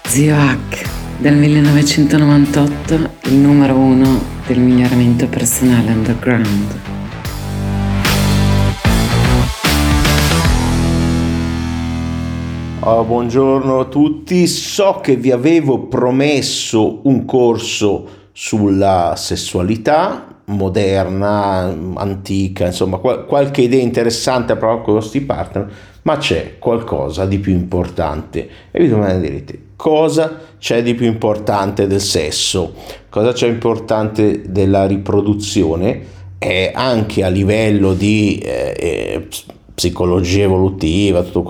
Zio Hack, del 1998, il numero uno del miglioramento personale underground. Buongiorno a tutti, so che vi avevo promesso un corso sulla sessualità moderna, antica, insomma qualche idea interessante proprio con questi partner, ma c'è qualcosa di più importante e vi domanderete cosa c'è di più importante del sesso, cosa c'è importante della riproduzione e anche a livello di psicologia evolutiva, tutto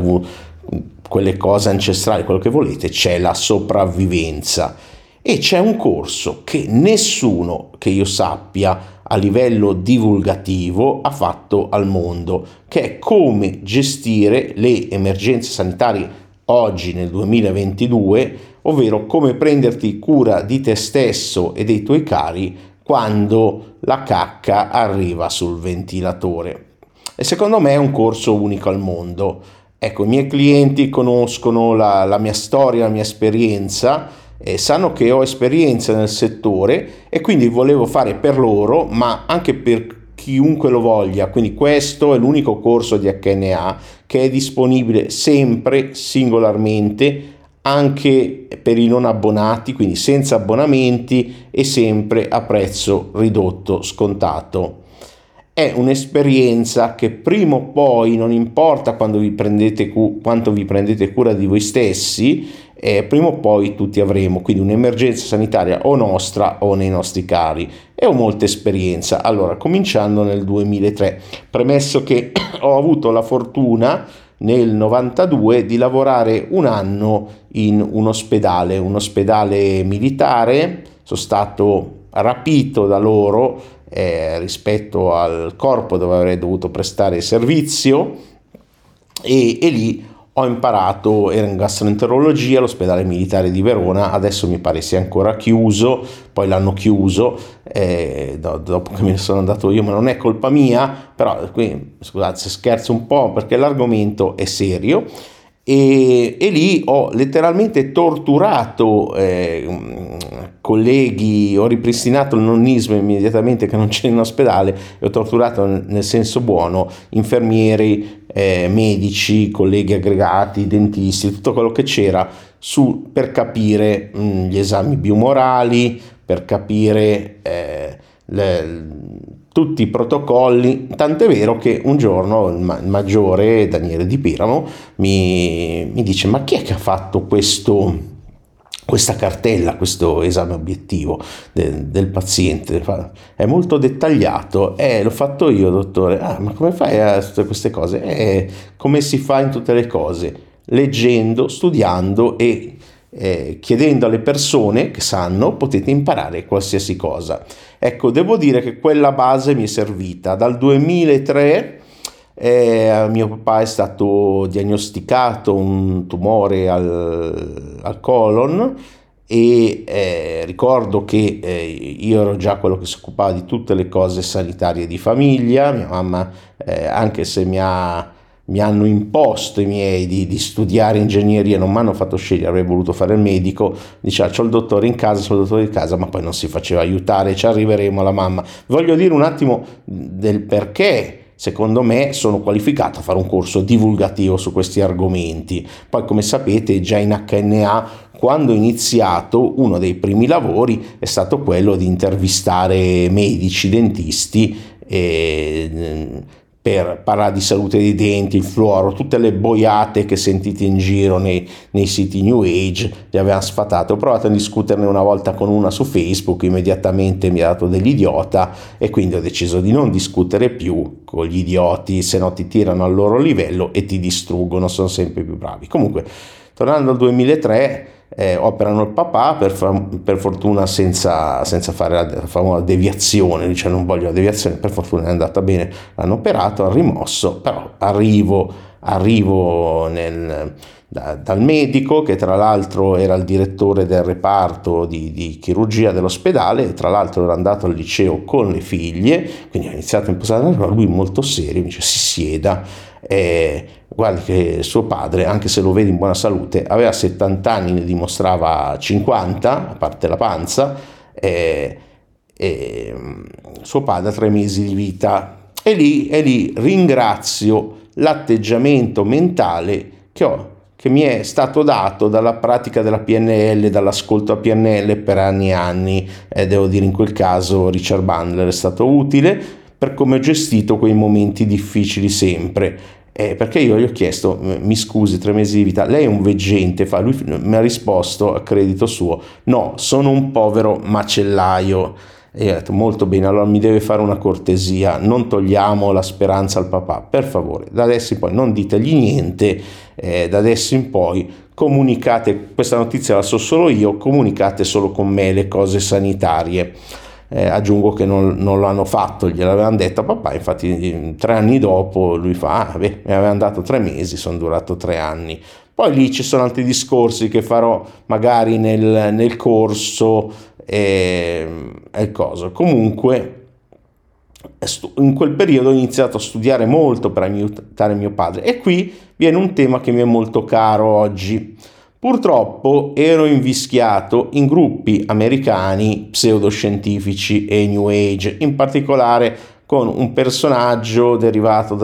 quelle cose ancestrali, quello che volete, c'è la sopravvivenza e c'è un corso che nessuno che io sappia a livello divulgativo ha fatto al mondo, che è come gestire le emergenze sanitarie oggi nel 2022, ovvero come prenderti cura di te stesso e dei tuoi cari quando la cacca arriva sul ventilatore. E secondo me è un corso unico al mondo. Ecco, i miei clienti conoscono la mia storia, la mia esperienza, sanno che ho esperienza nel settore e quindi volevo fare per loro, ma anche per chiunque lo voglia. Quindi questo è l'unico corso di HNA che è disponibile sempre singolarmente, anche per i non abbonati, quindi senza abbonamenti e sempre a prezzo ridotto, scontato. È un'esperienza che prima o poi, non importa quando quanto vi prendete cura di voi stessi, prima o poi tutti avremo, quindi un'emergenza sanitaria o nostra o nei nostri cari. E ho molta esperienza. Allora, cominciando nel 2003, premesso che ho avuto la fortuna nel 92 di lavorare un anno in un ospedale militare, sono stato rapito da loro rispetto al corpo dove avrei dovuto prestare servizio e lì ho imparato, era in gastroenterologia all'ospedale militare di Verona, adesso mi pare sia ancora chiuso, poi l'hanno chiuso dopo che me ne sono andato io, ma non è colpa mia, però qui, scusate se scherzo un po' perché l'argomento è serio. E lì ho letteralmente torturato colleghi, ho ripristinato il nonnismo immediatamente che non c'è in ospedale e ho torturato nel senso buono infermieri, medici, colleghi aggregati, dentisti, tutto quello che c'era per capire gli esami biomorali, per capire tutti i protocolli, tant'è vero che un giorno il maggiore Daniele Di Piramo mi dice: ma chi è che ha fatto questa cartella, questo esame obiettivo del paziente? È molto dettagliato. L'ho fatto io, dottore. Ma come fai a tutte queste cose? Come si fa in tutte le cose? Leggendo, studiando e chiedendo alle persone che sanno, potete imparare qualsiasi cosa. Ecco, devo dire che quella base mi è servita. Dal 2003 mio papà è stato diagnosticato un tumore al colon e ricordo che io ero già quello che si occupava di tutte le cose sanitarie di famiglia. Mia mamma, anche se mi hanno imposto i miei di studiare ingegneria, non mi hanno fatto scegliere, avrei voluto fare il medico, diceva c'ho il dottore in casa, ma poi non si faceva aiutare, ci arriveremo alla mamma. Voglio dire un attimo del perché secondo me sono qualificato a fare un corso divulgativo su questi argomenti. Poi, come sapete, già in HNA, quando ho iniziato, uno dei primi lavori è stato quello di intervistare medici, dentisti per parlare di salute dei denti, il fluoro, tutte le boiate che sentite in giro nei siti New Age, li avevano sfatate. Ho provato a discuterne una volta con una su Facebook, immediatamente mi ha dato dell'idiota e quindi ho deciso di non discutere più con gli idioti, se no ti tirano al loro livello e ti distruggono, sono sempre più bravi. Comunque, tornando al 2003, operano il papà, per fortuna senza fare la famosa deviazione, dice non voglio la deviazione, per fortuna è andata bene, l'hanno operato, hanno rimosso, però arrivo dal medico che tra l'altro era il direttore del reparto di chirurgia dell'ospedale e tra l'altro era andato al liceo con le figlie, quindi ho iniziato a impostare, lui molto serio mi dice si sieda, guardi che suo padre, anche se lo vede in buona salute, aveva 70 anni, ne dimostrava 50, a parte la panza, e suo padre ha 3 mesi di vita. E lì ringrazio l'atteggiamento mentale che mi è stato dato dalla pratica della PNL, dall'ascolto a PNL per anni e anni. Devo dire, in quel caso Richard Bandler è stato utile per come ho gestito quei momenti difficili sempre. Perché io gli ho chiesto, mi scusi, 3 mesi di vita, lei è un veggente? Lui mi ha risposto, a credito suo, no, sono un povero macellaio. E io ho detto, molto bene, allora mi deve fare una cortesia, non togliamo la speranza al papà, per favore, da adesso in poi non ditegli niente, da adesso in poi comunicate, questa notizia la so solo io, comunicate solo con me le cose sanitarie. Aggiungo che non lo hanno fatto, gliel'avevano detto a papà, infatti 3 anni dopo lui fa, mi avevano dato 3 mesi, sono durato 3 anni. Poi lì ci sono altri discorsi che farò magari nel corso e cosa. Comunque in quel periodo ho iniziato a studiare molto per aiutare mio padre, e qui viene un tema che mi è molto caro oggi. Purtroppo ero invischiato in gruppi americani pseudoscientifici e New Age, in particolare con un personaggio derivato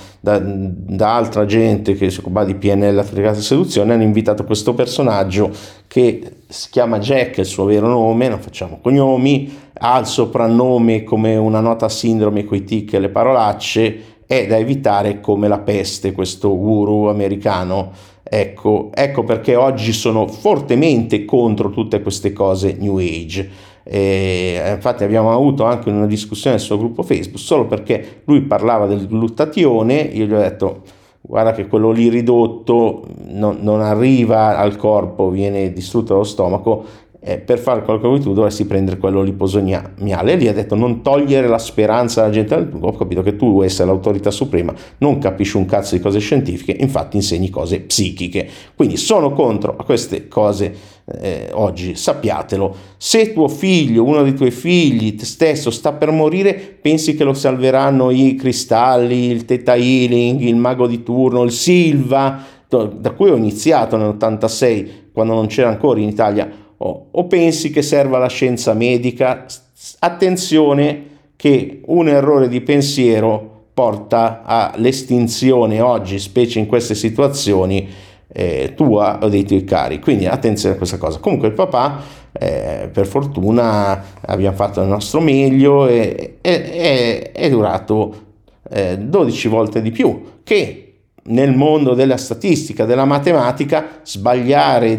da altra gente che si occupa di PNL applicata a seduzione. Hanno invitato questo personaggio che si chiama Jack, è il suo vero nome, non facciamo cognomi, ha il soprannome come una nota sindrome coi tic e le parolacce, è da evitare come la peste questo guru americano. Ecco perché oggi sono fortemente contro tutte queste cose New Age. Infatti abbiamo avuto anche una discussione sul suo gruppo Facebook, solo perché lui parlava del glutatione. Io gli ho detto, guarda che quello lì ridotto non arriva al corpo, viene distrutto dallo stomaco, per fare quello che vuoi tu dovresti prendere quello liposogniale. E lì ha detto, non togliere la speranza alla gente. Ho capito che tu vuoi essere l'autorità suprema, non capisci un cazzo di cose scientifiche, infatti insegni cose psichiche. Quindi sono contro a queste cose. Oggi sappiatelo, se tuo figlio, uno dei tuoi figli, te stesso sta per morire, pensi che lo salveranno i cristalli, il Theta Healing, il mago di turno, il Silva, da cui ho iniziato nell'86 quando non c'era ancora in Italia, o pensi che serva la scienza medica? Attenzione, che un errore di pensiero porta all'estinzione oggi, specie in queste situazioni, tua o dei tuoi cari. Quindi attenzione a questa cosa. Comunque il papà, per fortuna abbiamo fatto il nostro meglio, e è durato 12 volte di più. Che nel mondo della statistica, della matematica, sbagliare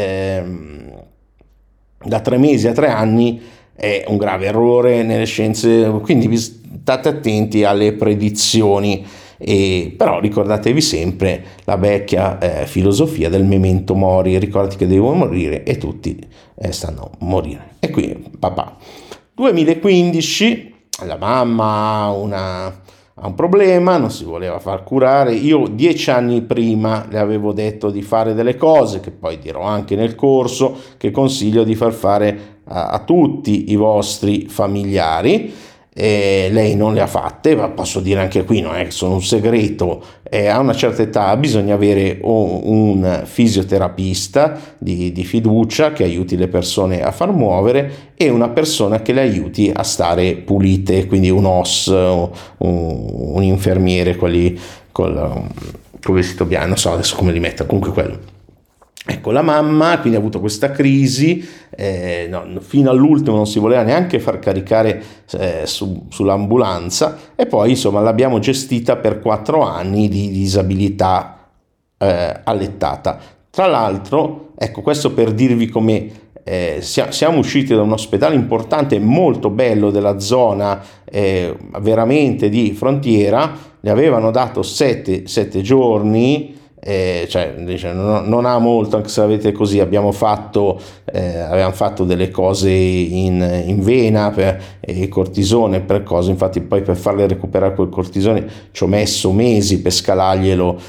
da 3 mesi a 3 anni è un grave errore nelle scienze, quindi state attenti alle predizioni. Però ricordatevi sempre la vecchia filosofia del memento mori, ricordati che devo morire e tutti stanno a morire. E qui papà, 2015, la mamma ha un problema, non si voleva far curare. Io 10 anni prima le avevo detto di fare delle cose che poi dirò anche nel corso, che consiglio di far fare a tutti i vostri familiari. Lei non le ha fatte, ma posso dire anche qui, non è che sono un segreto, a una certa età bisogna avere un fisioterapista di fiducia che aiuti le persone a far muovere, e una persona che le aiuti a stare pulite, quindi un OS, un infermiere, quelli col vestito bianco, non so adesso come li metto, comunque quello. Ecco, la mamma quindi ha avuto questa crisi, fino all'ultimo non si voleva neanche far caricare sull'ambulanza, e poi insomma l'abbiamo gestita per 4 anni di disabilità allettata. Tra l'altro, ecco, questo per dirvi come siamo usciti da un ospedale importante, molto bello, della zona veramente di frontiera. Le avevano dato 7 giorni. Non ha molto, anche se avete così. Avevamo fatto delle cose in vena per il cortisone, per cose, infatti poi per farle recuperare quel cortisone ci ho messo mesi per scalarglielo,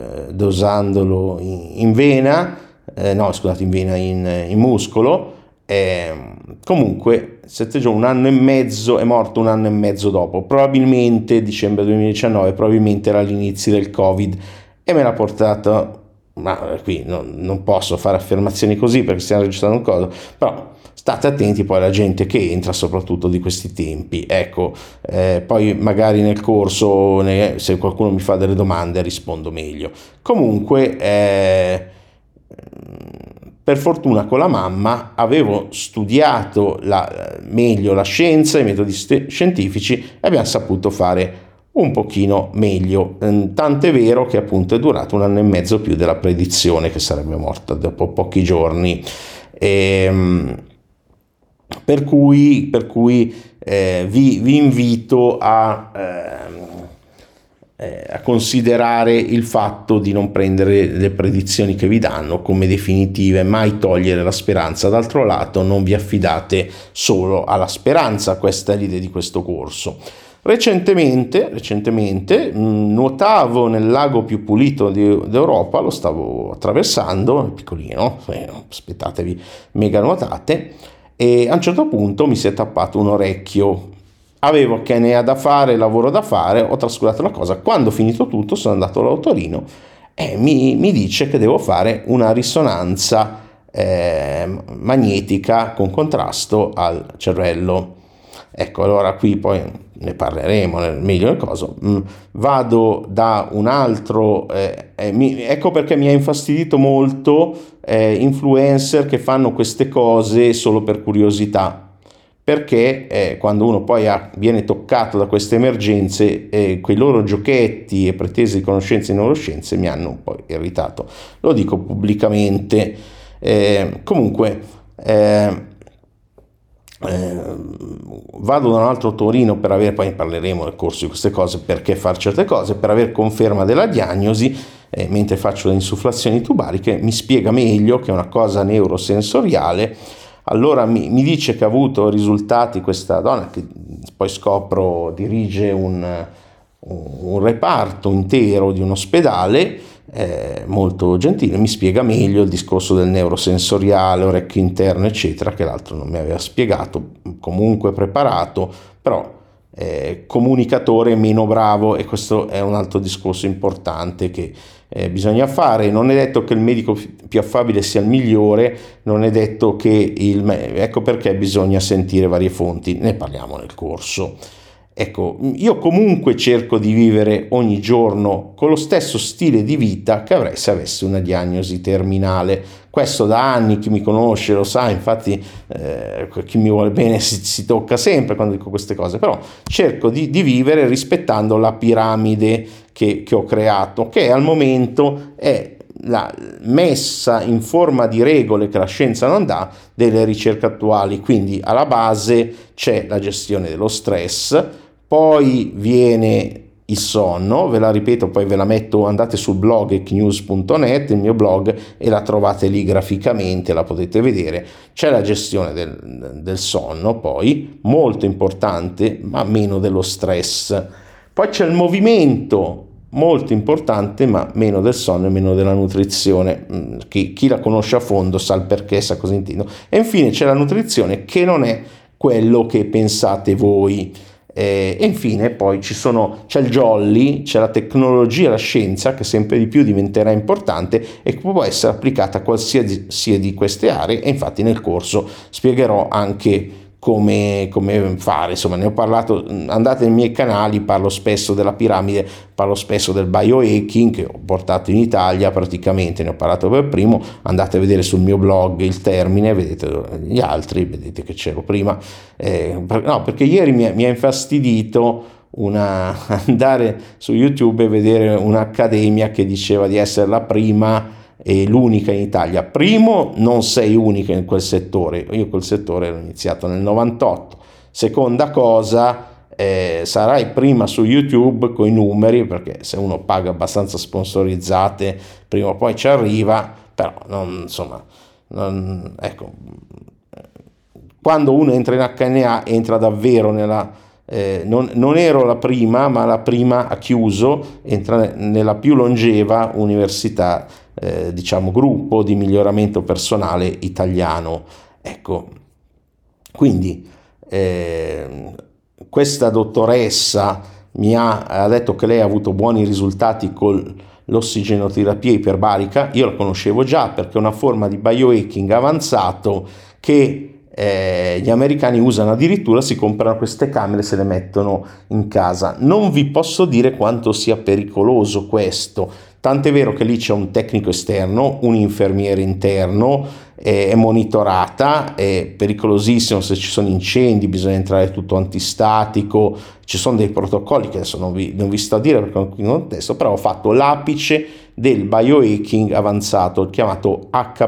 dosandolo in vena, in vena, in muscolo. Comunque 7 giorni, un anno e mezzo, è morto un anno e mezzo dopo, probabilmente dicembre 2019, probabilmente era l'inizio del Covid e me l'ha portato, ma qui non posso fare affermazioni così perché stiamo registrando un coso, però state attenti poi alla gente che entra, soprattutto di questi tempi, ecco, poi magari nel corso, se qualcuno mi fa delle domande rispondo meglio. Comunque, per fortuna con la mamma avevo studiato meglio la scienza, i metodi scientifici e abbiamo saputo fare un pochino meglio, tant'è vero che appunto è durato un anno e mezzo più della predizione che sarebbe morta dopo pochi giorni. Per cui vi invito a considerare il fatto di non prendere le predizioni che vi danno come definitive, mai togliere la speranza. D'altro lato non vi affidate solo alla speranza, questa è l'idea di questo corso. Recentemente nuotavo nel lago più pulito d'Europa, lo stavo attraversando, è piccolino, aspettatevi mega nuotate, e a un certo punto mi si è tappato un orecchio. Avevo che ne ha da fare, lavoro da fare, ho trascurato la cosa. Quando ho finito tutto sono andato all'otorino e mi dice che devo fare una risonanza magnetica con contrasto al cervello. Ecco, allora qui poi ne parleremo meglio del coso. Vado da un altro, ecco perché mi ha infastidito molto influencer che fanno queste cose solo per curiosità, perché quando uno poi viene toccato da queste emergenze, quei loro giochetti e pretese di conoscenze in neuroscienze mi hanno un po' irritato, lo dico pubblicamente. Comunque vado da un altro otorino per avere, poi parleremo nel corso di queste cose, perché fare certe cose, per avere conferma della diagnosi, mentre faccio le insufflazioni tubaliche mi spiega meglio che è una cosa neurosensoriale. Allora mi dice che ha avuto risultati questa donna, che poi scopro dirige un reparto intero di un ospedale, molto gentile, mi spiega meglio il discorso del neurosensoriale, orecchio interno eccetera, che l'altro non mi aveva spiegato, comunque preparato, però comunicatore meno bravo, e questo è un altro discorso importante che bisogna fare. Non è detto che il medico più affabile sia il migliore, non è detto che ecco perché bisogna sentire varie fonti, ne parliamo nel corso. Ecco, io comunque cerco di vivere ogni giorno con lo stesso stile di vita che avrei se avessi una diagnosi terminale. Questo da anni, chi mi conosce lo sa, infatti chi mi vuole bene si tocca sempre quando dico queste cose, però cerco di vivere rispettando la piramide che ho creato, che al momento è la messa in forma di regole che la scienza non dà delle ricerche attuali. Quindi alla base c'è la gestione dello stress, poi viene il sonno, ve la ripeto, poi ve la metto, andate sul blog ecnews.net, il mio blog, e la trovate lì graficamente, la potete vedere. C'è la gestione del sonno, poi molto importante, ma meno dello stress. Poi c'è il movimento, molto importante, ma meno del sonno e meno della nutrizione. Chi la conosce a fondo sa il perché, sa cosa intendo. E infine c'è la nutrizione, che non è quello che pensate voi. E infine poi c'è il jolly, c'è la tecnologia, la scienza, che sempre di più diventerà importante e che può essere applicata a qualsiasi di queste aree, e infatti nel corso spiegherò anche come fare. Insomma, ne ho parlato, andate nei miei canali, parlo spesso della piramide, parlo spesso del biohacking che ho portato in Italia, praticamente ne ho parlato per primo. Andate a vedere sul mio blog il termine, vedete gli altri, vedete che c'ero prima. No, perché ieri mi ha infastidito andare su YouTube e vedere un'accademia che diceva di essere la prima e l'unica in Italia. Primo, non sei unica in quel settore, io quel settore l'ho iniziato nel 98. Seconda cosa, sarai prima su YouTube coi numeri, perché se uno paga abbastanza sponsorizzate prima o poi ci arriva, però ecco, quando uno entra in HNA entra davvero non ero la prima, ma la prima a chiuso, entra nella più longeva università, gruppo di miglioramento personale italiano. Ecco, Quindi questa dottoressa ha detto che lei ha avuto buoni risultati con l'ossigenoterapia iperbarica. Io la conoscevo già perché è una forma di biohacking avanzato che gli americani usano, addirittura si comprano queste camere e se le mettono in casa. Non vi posso dire quanto sia pericoloso questo, tant'è vero che lì c'è un tecnico esterno, un infermiere interno, è monitorata, è pericolosissimo se ci sono incendi, bisogna entrare tutto antistatico, ci sono dei protocolli che adesso non vi sto a dire perché non qui in contesto, però ho fatto l'apice del biohacking avanzato chiamato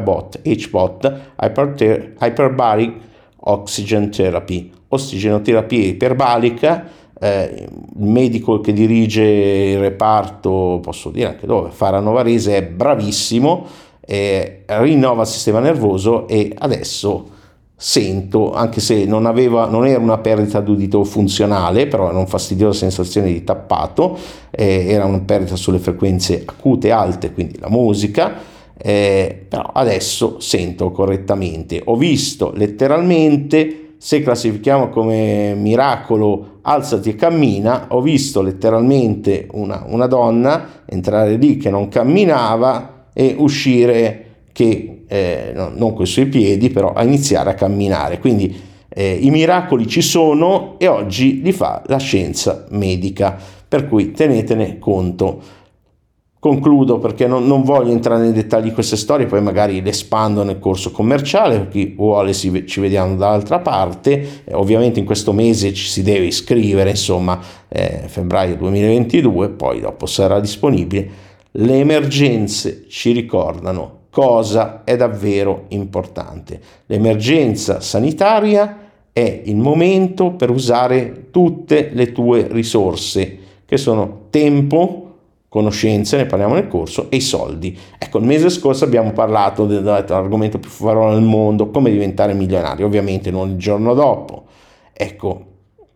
HBOT, Hyperbaric Oxygen Therapy, ossigenoterapia iperbarica. Il medico che dirige il reparto, posso dire anche dove, Fara Novarese, è bravissimo, rinnova il sistema nervoso e adesso sento, anche se non era una perdita d'udito funzionale, però era un fastidiosa sensazione di tappato, era una perdita sulle frequenze acute alte, quindi la musica, però adesso sento correttamente. Ho visto letteralmente, se classifichiamo come miracolo alzati e cammina, ho visto letteralmente una donna entrare lì che non camminava e uscire che non con i suoi piedi, però a iniziare a camminare. Quindi i miracoli ci sono e oggi li fa la scienza medica, per cui tenetene conto. Concludo perché non voglio entrare nei dettagli di queste storie, poi magari le espando nel corso commerciale, per chi vuole ci vediamo dall'altra parte. Ovviamente in questo mese ci si deve iscrivere, insomma, febbraio 2022, poi dopo sarà disponibile. Le emergenze ci ricordano cosa è davvero importante. L'emergenza sanitaria è il momento per usare tutte le tue risorse, che sono tempo, conoscenze, ne parliamo nel corso, e i soldi. Ecco, il mese scorso abbiamo parlato dell'argomento più favoloso al mondo, come diventare milionario, ovviamente non il giorno dopo. Ecco,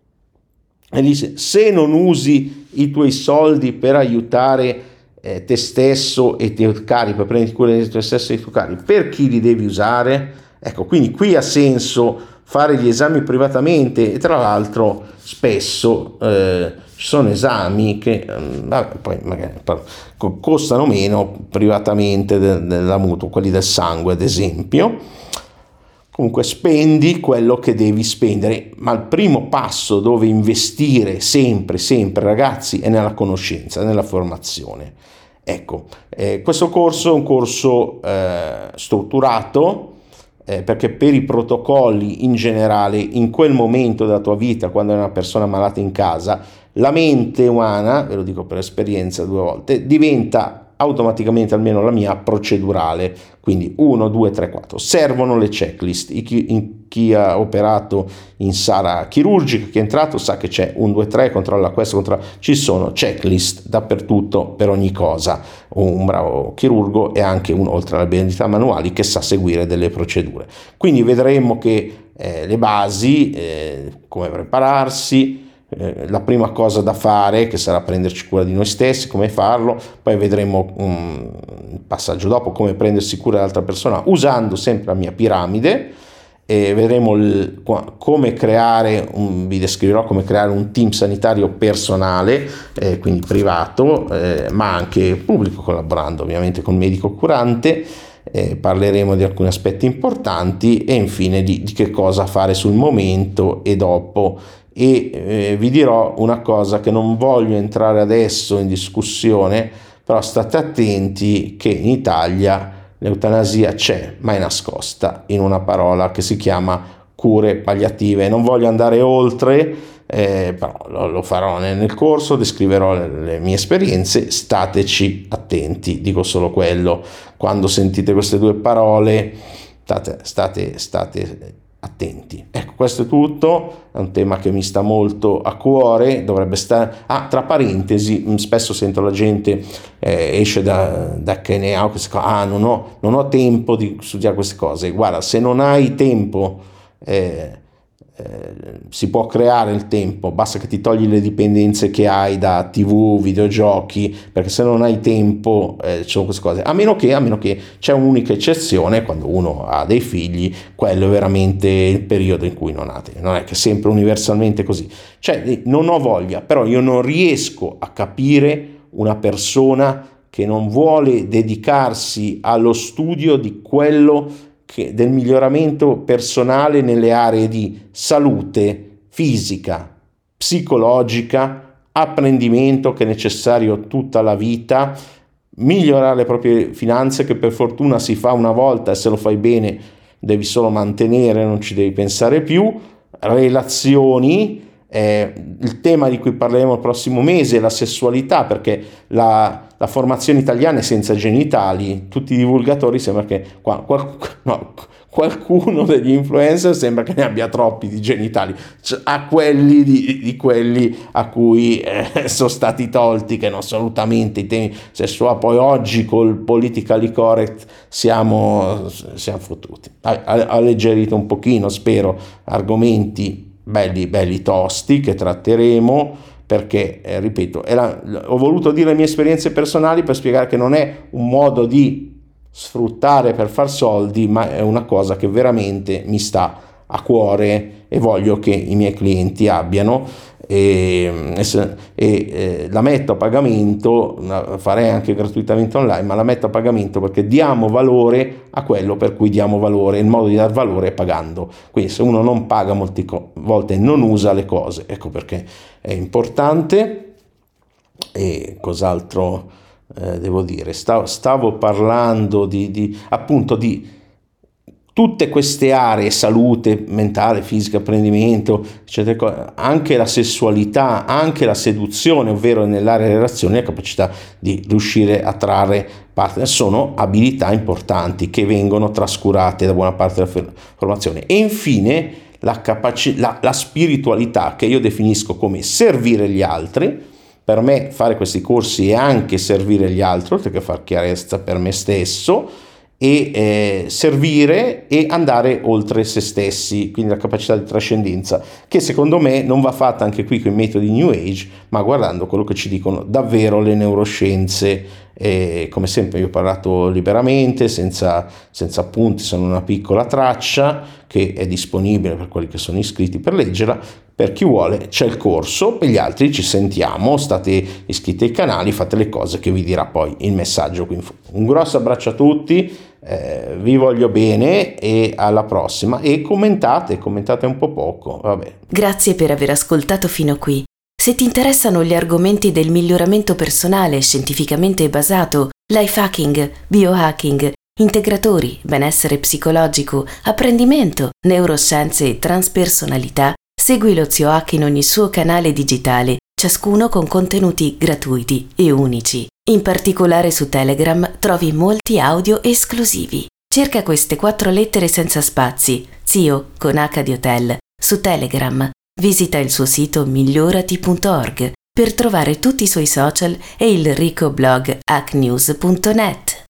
Elise, se non usi i tuoi soldi per aiutare te stesso e i tuoi cari, per prendere cura di te stesso e i tuoi cari, per chi li devi usare? Ecco, quindi qui ha senso fare gli esami privatamente, e tra l'altro spesso ci sono esami che poi magari costano meno privatamente della mutua, quelli del sangue ad esempio. Comunque spendi quello che devi spendere, ma il primo passo dove investire sempre ragazzi è nella conoscenza, nella formazione. Ecco, questo corso è un corso strutturato, perché per i protocolli in generale, in quel momento della tua vita, quando è una persona malata in casa, la mente umana, ve lo dico per esperienza 2 volte, diventa automaticamente, almeno la mia, procedurale. Quindi 1, 2, 3, 4. Servono le checklist. Chi ha operato in sala chirurgica, chi è entrato, sa che c'è 1, 2, 3, controlla questo, controlla. Ci sono checklist dappertutto per ogni cosa. Un bravo chirurgo è anche uno, oltre alle abilità manuali, che sa seguire delle procedure. Quindi vedremo che le basi, come prepararsi, la prima cosa da fare, che sarà prenderci cura di noi stessi, come farlo, poi vedremo il passaggio dopo, come prendersi cura dell'altra persona usando sempre la mia piramide, e vedremo come creare vi descriverò come creare un team sanitario personale, quindi privato, ma anche pubblico, collaborando ovviamente con il medico curante. Parleremo di alcuni aspetti importanti e infine di che cosa fare sul momento e dopo. E vi dirò una cosa che non voglio entrare adesso in discussione, però state attenti che in Italia l'eutanasia c'è, ma è nascosta in una parola che si chiama cure palliative. Non voglio andare oltre, però lo farò nel corso, descriverò le mie esperienze, stateci attenti, dico solo quello. Quando sentite queste 2 parole state attenti. Ecco, questo è tutto, è un tema che mi sta molto a cuore, dovrebbe stare. Tra parentesi, spesso sento la gente esce da che ne ha queste cose, non ho tempo di studiare queste cose. Guarda, se non hai tempo si può creare il tempo, basta che ti togli le dipendenze che hai da TV, videogiochi, perché se non hai tempo ci sono queste cose, a meno che c'è un'unica eccezione, quando uno ha dei figli, quello è veramente il periodo in cui non è che sempre universalmente così, cioè non ho voglia, però io non riesco a capire una persona che non vuole dedicarsi allo studio di quello del miglioramento personale nelle aree di salute fisica, psicologica, apprendimento che è necessario tutta la vita, migliorare le proprie finanze che per fortuna si fa una volta e se lo fai bene devi solo mantenere, non ci devi pensare più, relazioni, il tema di cui parleremo il prossimo mese è la sessualità, perché la formazione italiana è senza genitali, tutti i divulgatori sembra che qualcuno degli influencer sembra che ne abbia troppi di genitali, a quelli di quelli a cui sono stati tolti, che non sono assolutamente i temi sessuali. Poi oggi col politically correct siamo fottuti. Alleggerito un pochino, spero, argomenti belli tosti che tratteremo, perché ripeto, ho voluto dire le mie esperienze personali per spiegare che non è un modo di sfruttare per far soldi, ma è una cosa che veramente mi sta a cuore e voglio che i miei clienti abbiano, e la metto a pagamento, farei anche gratuitamente online, ma la metto a pagamento perché diamo valore a quello per cui diamo valore. Il modo di dar valore è pagando, quindi se uno non paga molte volte non usa le cose, ecco perché è importante. E cos'altro devo dire? Stavo parlando appunto di tutte queste aree, salute mentale, fisica, apprendimento, eccetera, anche la sessualità, anche la seduzione, ovvero nell'area delle relazioni, la capacità di riuscire a trarre partner, sono abilità importanti che vengono trascurate da buona parte della formazione. E infine la spiritualità, che io definisco come servire gli altri. Per me fare questi corsi è anche servire gli altri, oltre che far chiarezza per me stesso, e servire e andare oltre se stessi, quindi la capacità di trascendenza, che secondo me non va fatta anche qui con i metodi New Age, ma guardando quello che ci dicono davvero le neuroscienze. Come sempre io ho parlato liberamente, senza appunti, sono una piccola traccia che è disponibile per quelli che sono iscritti per leggerla. Per chi vuole c'è il corso, per gli altri ci sentiamo, state iscritti ai canali, fate le cose che vi dirà poi il messaggio qui in fondo. Un grosso abbraccio a tutti, vi voglio bene e alla prossima, e commentate un po' poco, vabbè. Grazie per aver ascoltato fino qui. Se ti interessano gli argomenti del miglioramento personale scientificamente basato, life hacking, biohacking, integratori, benessere psicologico, apprendimento, neuroscienze e transpersonalità, segui lo Zio Hack in ogni suo canale digitale, ciascuno con contenuti gratuiti e unici. In particolare su Telegram trovi molti audio esclusivi. Cerca queste 4 lettere senza spazi, Zio con H di Hotel, su Telegram. Visita il suo sito migliorati.org per trovare tutti i suoi social e il ricco blog hacknews.net.